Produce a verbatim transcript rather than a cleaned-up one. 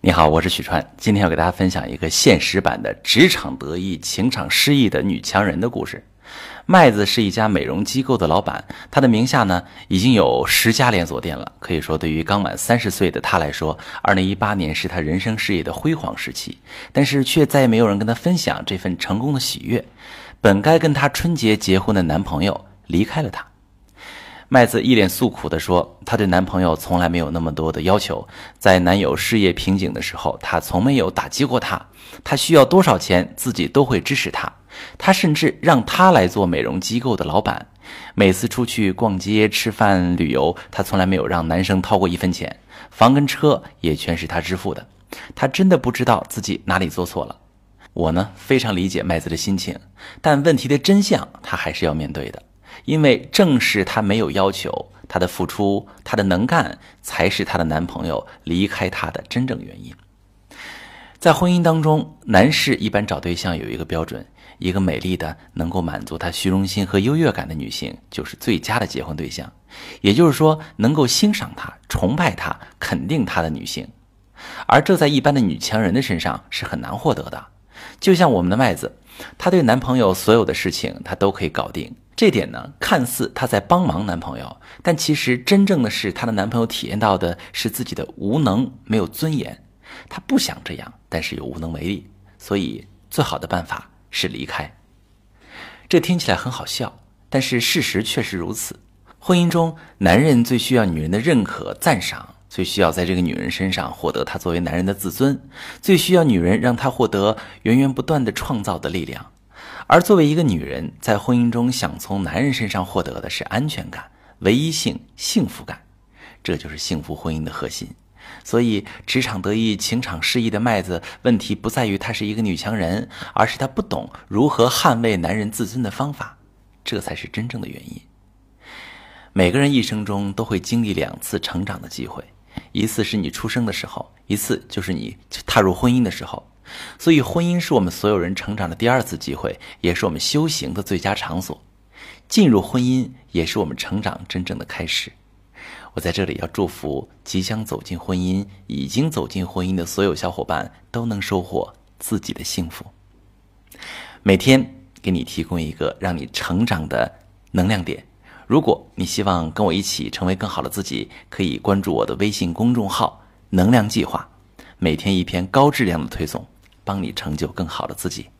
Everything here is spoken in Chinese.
你好，我是许川，今天要给大家分享一个现实版的职场得意、情场失意的女强人的故事。麦子是一家美容机构的老板，她的名下呢已经有十家连锁店了。可以说，对于刚满三十岁的她来说，二零一八年是她人生事业的辉煌时期，但是却再也没有人跟她分享这份成功的喜悦。本该跟她春节结婚的男朋友离开了她。麦子一脸诉苦地说，她对男朋友从来没有那么多的要求，在男友事业瓶颈的时候，她从没有打击过他，她需要多少钱自己都会支持他，她甚至让他来做美容机构的老板。每次出去逛街、吃饭、旅游，她从来没有让男生掏过一分钱，房跟车也全是她支付的。她真的不知道自己哪里做错了。我呢，非常理解麦子的心情，但问题的真相她还是要面对的。因为正是她没有要求，她的付出，她的能干，才是她的男朋友离开她的真正原因。在婚姻当中，男士一般找对象有一个标准，一个美丽的能够满足他虚荣心和优越感的女性就是最佳的结婚对象，也就是说能够欣赏他、崇拜他、肯定他的女性。而这在一般的女强人的身上是很难获得的。就像我们的麦子，她对男朋友所有的事情她都可以搞定，这点呢，看似她在帮忙男朋友，但其实真正的是她的男朋友体验到的是自己的无能，没有尊严。她不想这样，但是又无能为力，所以最好的办法是离开。这听起来很好笑，但是事实确实如此。婚姻中，男人最需要女人的认可、赞赏，最需要在这个女人身上获得他作为男人的自尊，最需要女人让他获得源源不断的创造的力量。而作为一个女人，在婚姻中想从男人身上获得的是安全感、唯一性、幸福感，这就是幸福婚姻的核心。所以职场得意、情场失意的麦子，问题不在于她是一个女强人，而是她不懂如何捍卫男人自尊的方法，这才是真正的原因。每个人一生中都会经历两次成长的机会，一次是你出生的时候，一次就是你踏入婚姻的时候。所以婚姻是我们所有人成长的第二次机会，也是我们修行的最佳场所。进入婚姻也是我们成长真正的开始。我在这里要祝福即将走进婚姻、已经走进婚姻的所有小伙伴都能收获自己的幸福。每天给你提供一个让你成长的能量点。如果你希望跟我一起成为更好的自己，可以关注我的微信公众号能量计划，每天一篇高质量的推送，帮你成就更好的自己。